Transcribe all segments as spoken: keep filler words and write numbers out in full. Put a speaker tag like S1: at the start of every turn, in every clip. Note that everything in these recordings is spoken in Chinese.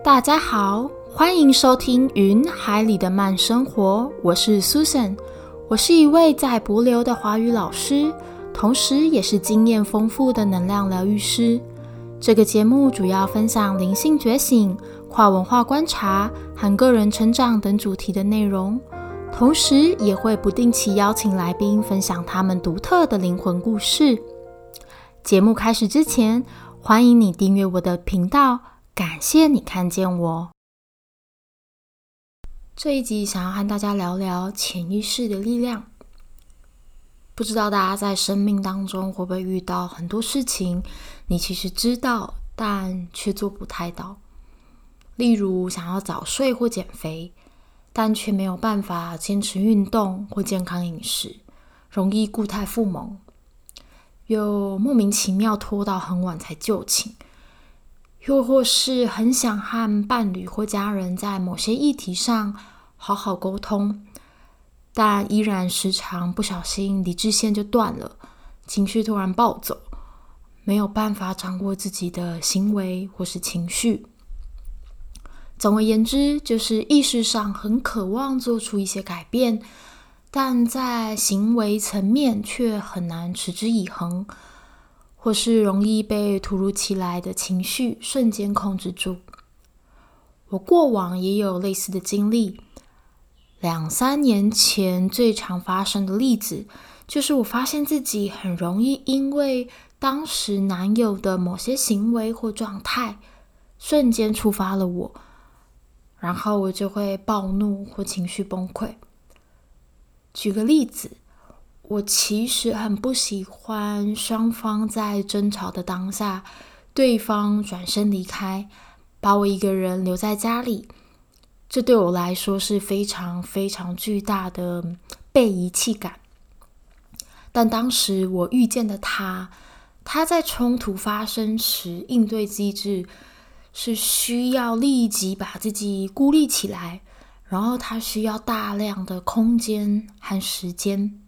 S1: 大家好，欢迎收听云海里的慢生活，我是 Susan， 我是一位在帛琉的华语老师，同时也是经验丰富的能量疗愈师。这个节目主要分享灵性觉醒、跨文化观察和个人成长等主题的内容，同时也会不定期邀请来宾分享他们独特的灵魂故事。节目开始之前，欢迎你订阅我的频道，感谢你看见我。这一集想要和大家聊聊潜意识的力量。不知道大家在生命当中会不会遇到很多事情，你其实知道，但却做不太到。例如想要早睡或减肥，但却没有办法坚持运动或健康饮食，容易固态复萌，又莫名其妙拖到很晚才就寝，又或是很想和伴侣或家人在某些议题上好好沟通，但依然时常不小心理智线就断了，情绪突然暴走，没有办法掌握自己的行为或是情绪。总而言之，就是意识上很渴望做出一些改变，但在行为层面却很难持之以恒，或是容易被突如其来的情绪瞬间控制住。我过往也有类似的经历，两三年前最常发生的例子，就是我发现自己很容易因为当时男友的某些行为或状态，瞬间触发了我，然后我就会暴怒或情绪崩溃。举个例子，我其实很不喜欢双方在争吵的当下，对方转身离开，把我一个人留在家里。这对我来说是非常非常巨大的被遗弃感。但当时我遇见的他，他在冲突发生时应对机制是需要立即把自己孤立起来，然后他需要大量的空间和时间。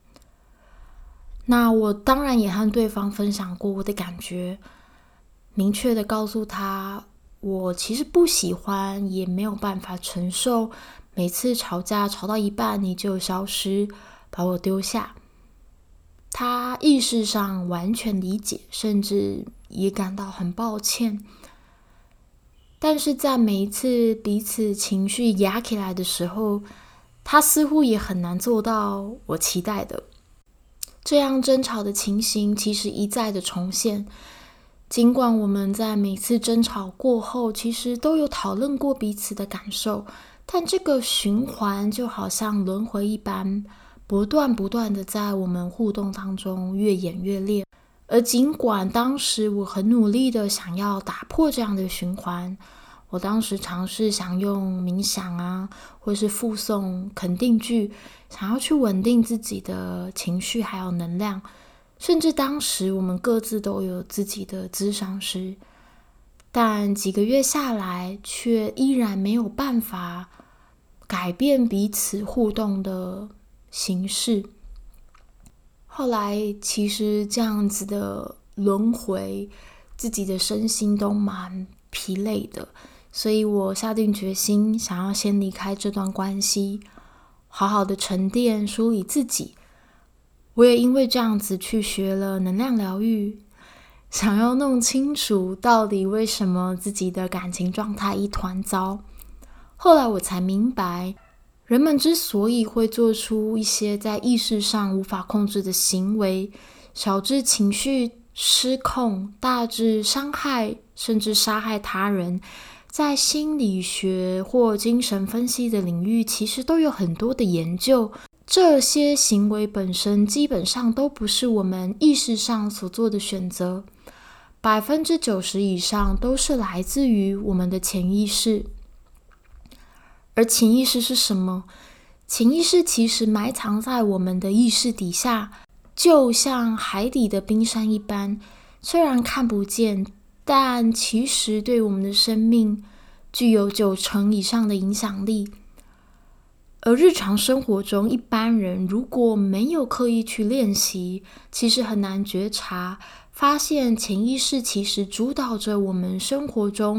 S1: 那我当然也和对方分享过我的感觉，明确的告诉他，我其实不喜欢，也没有办法承受每次吵架吵到一半你就消失，把我丢下。他意识上完全理解，甚至也感到很抱歉。但是在每一次彼此情绪压起来的时候，他似乎也很难做到我期待的。这样争吵的情形其实一再的重现，尽管我们在每次争吵过后其实都有讨论过彼此的感受，但这个循环就好像轮回一般，不断不断的在我们互动当中越演越烈。而尽管当时我很努力的想要打破这样的循环，我当时尝试想用冥想啊，或是附送肯定句，想要去稳定自己的情绪还有能量，甚至当时我们各自都有自己的咨商师，但几个月下来却依然没有办法改变彼此互动的形式。后来其实这样子的轮回，自己的身心都蛮疲累的，所以我下定决心想要先离开这段关系，好好的沉淀梳理自己。我也因为这样子去学了能量疗愈，想要弄清楚到底为什么自己的感情状态一团糟。后来我才明白，人们之所以会做出一些在意识上无法控制的行为，小至情绪失控，大至伤害甚至杀害他人，在心理学或精神分析的领域其实都有很多的研究。这些行为本身基本上都不是我们意识上所做的选择， 百分之九十 以上都是来自于我们的潜意识。而潜意识是什么？潜意识其实埋藏在我们的意识底下，就像海底的冰山一般，虽然看不见，但其实对我们的生命具有九成以上的影响力。而日常生活中，一般人如果没有刻意去练习，其实很难觉察，发现潜意识其实主导着我们生活中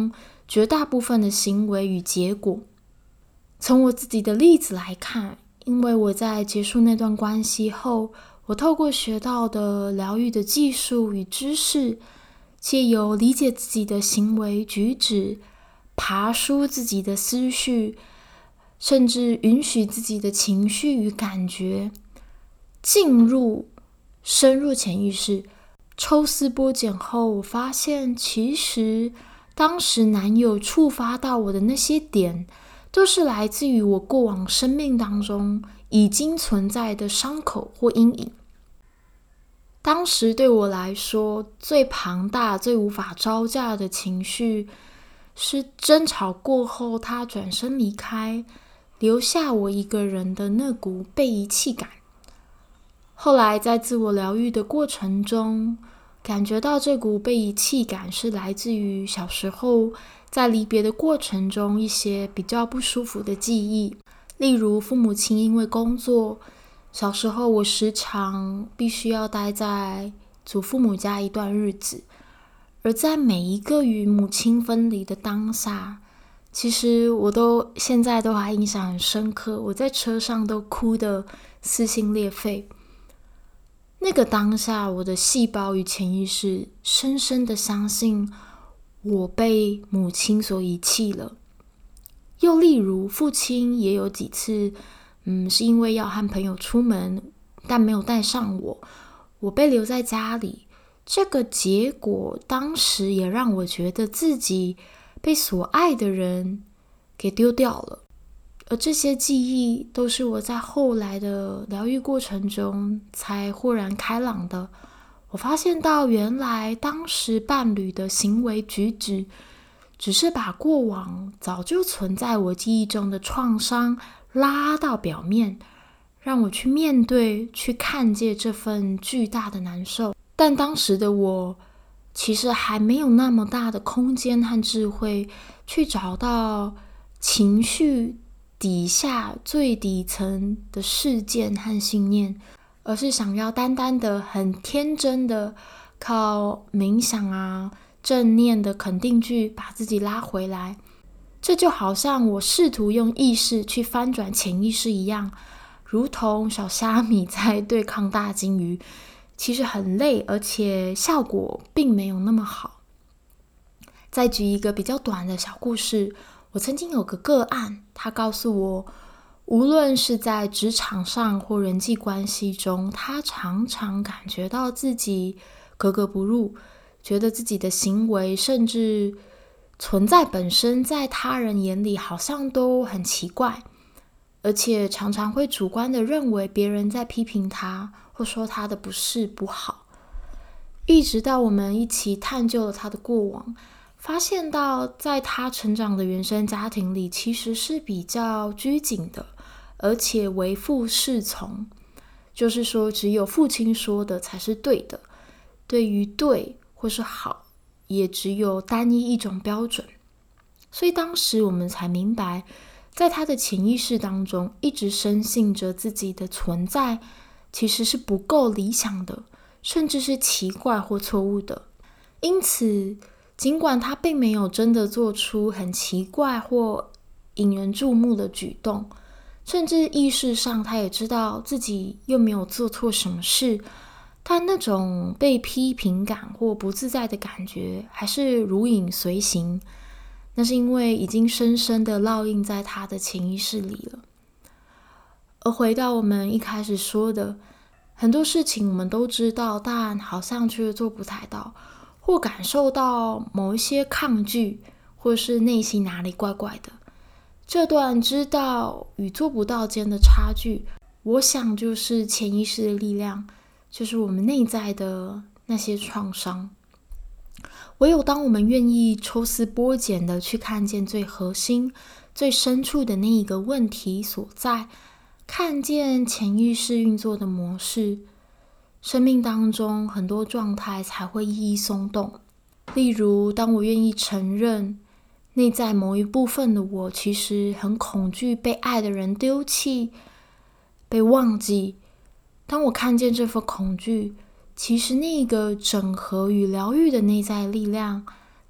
S1: 绝大部分的行为与结果。从我自己的例子来看，因为我在结束那段关系后，我透过学到的疗愈的技术与知识，借由理解自己的行为举止，爬梳自己的思绪，甚至允许自己的情绪与感觉进入深入潜意识。抽丝剥茧后，我发现其实当时男友触发到我的那些点，都是来自于我过往生命当中已经存在的伤口或阴影。当时对我来说，最庞大、最无法招架的情绪，是争吵过后他转身离开，留下我一个人的那股被遗弃感。后来在自我疗愈的过程中，感觉到这股被遗弃感是来自于小时候在离别的过程中一些比较不舒服的记忆，例如父母亲因为工作，小时候我时常必须要待在祖父母家一段日子，而在每一个与母亲分离的当下，其实我都现在都还印象很深刻，我在车上都哭得撕心裂肺。那个当下，我的细胞与潜意识深深的相信我被母亲所遗弃了。又例如父亲也有几次嗯，是因为要和朋友出门，但没有带上我，我被留在家里。这个结果当时也让我觉得自己被所爱的人给丢掉了。而这些记忆都是我在后来的疗愈过程中才豁然开朗的。我发现到原来当时伴侣的行为举止只是把过往早就存在我记忆中的创伤拉到表面，让我去面对，去看见这份巨大的难受。但当时的我其实还没有那么大的空间和智慧去找到情绪底下最底层的事件和信念，而是想要单单的很天真的靠冥想啊正念的肯定句把自己拉回来。这就好像我试图用意识去翻转潜意识一样，如同小虾米在对抗大鲸鱼，其实很累，而且效果并没有那么好。再举一个比较短的小故事，我曾经有个个案，他告诉我，无论是在职场上或人际关系中，他常常感觉到自己格格不入，觉得自己的行为甚至存在本身在他人眼里好像都很奇怪，而且常常会主观的认为别人在批评他，或说他的不是不好。一直到我们一起探究了他的过往，发现到在他成长的原生家庭里其实是比较拘谨的，而且唯父是从，就是说只有父亲说的才是对的，对于对或是好也只有单一一种标准。所以当时我们才明白，在他的潜意识当中一直深信着自己的存在其实是不够理想的，甚至是奇怪或错误的。因此尽管他并没有真的做出很奇怪或引人注目的举动，甚至意识上他也知道自己又没有做错什么事，但那种被批评感或不自在的感觉还是如影随形。那是因为已经深深的烙印在他的潜意识里了。而回到我们一开始说的，很多事情我们都知道，但好像却做不太到，或感受到某一些抗拒，或是内心哪里怪怪的。这段知道与做不到间的差距，我想就是潜意识的力量，就是我们内在的那些创伤。唯有当我们愿意抽丝剥茧的去看见最核心、最深处的那一个问题所在，看见潜意识运作的模式，生命当中很多状态才会一一松动。例如，当我愿意承认内在某一部分的我其实很恐惧被爱的人丢弃、被忘记，当我看见这份恐惧，其实那个整合与疗愈的内在力量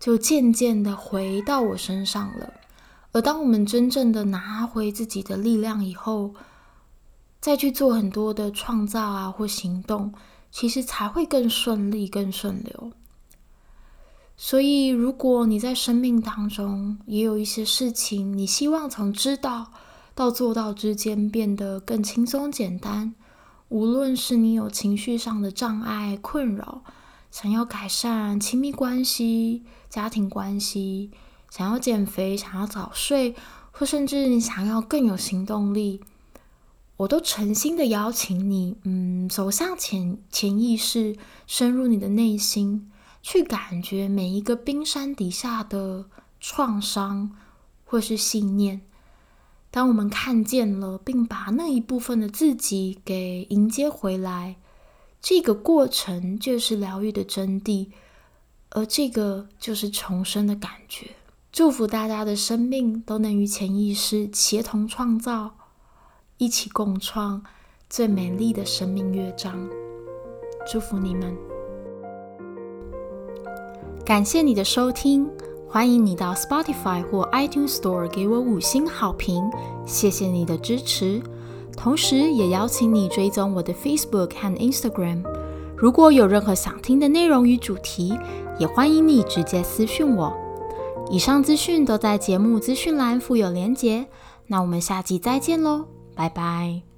S1: 就渐渐的回到我身上了。而当我们真正的拿回自己的力量以后，再去做很多的创造啊或行动，其实才会更顺利更顺流。所以如果你在生命当中也有一些事情，你希望从知道到做到之间变得更轻松简单，无论是你有情绪上的障碍困扰，想要改善亲密关系、家庭关系，想要减肥，想要早睡，或甚至你想要更有行动力，我都诚心的邀请你嗯，走向潜潜意识，深入你的内心，去感觉每一个冰山底下的创伤或是信念。当我们看见了，并把那一部分的自己给迎接回来，这个过程就是疗愈的真谛，而这个就是重生的感觉。祝福大家的生命都能与潜意识协同创造，一起共创最美丽的生命乐章。祝福你们。感谢你的收听，欢迎你到 Spotify 或 iTunes Store 给我五星好评，谢谢你的支持。同时也邀请你追踪我的 Facebook 和 Instagram。如果有任何想听的内容与主题，也欢迎你直接私讯我。以上资讯都在节目资讯栏附有连结，那我们下集再见咯，拜拜。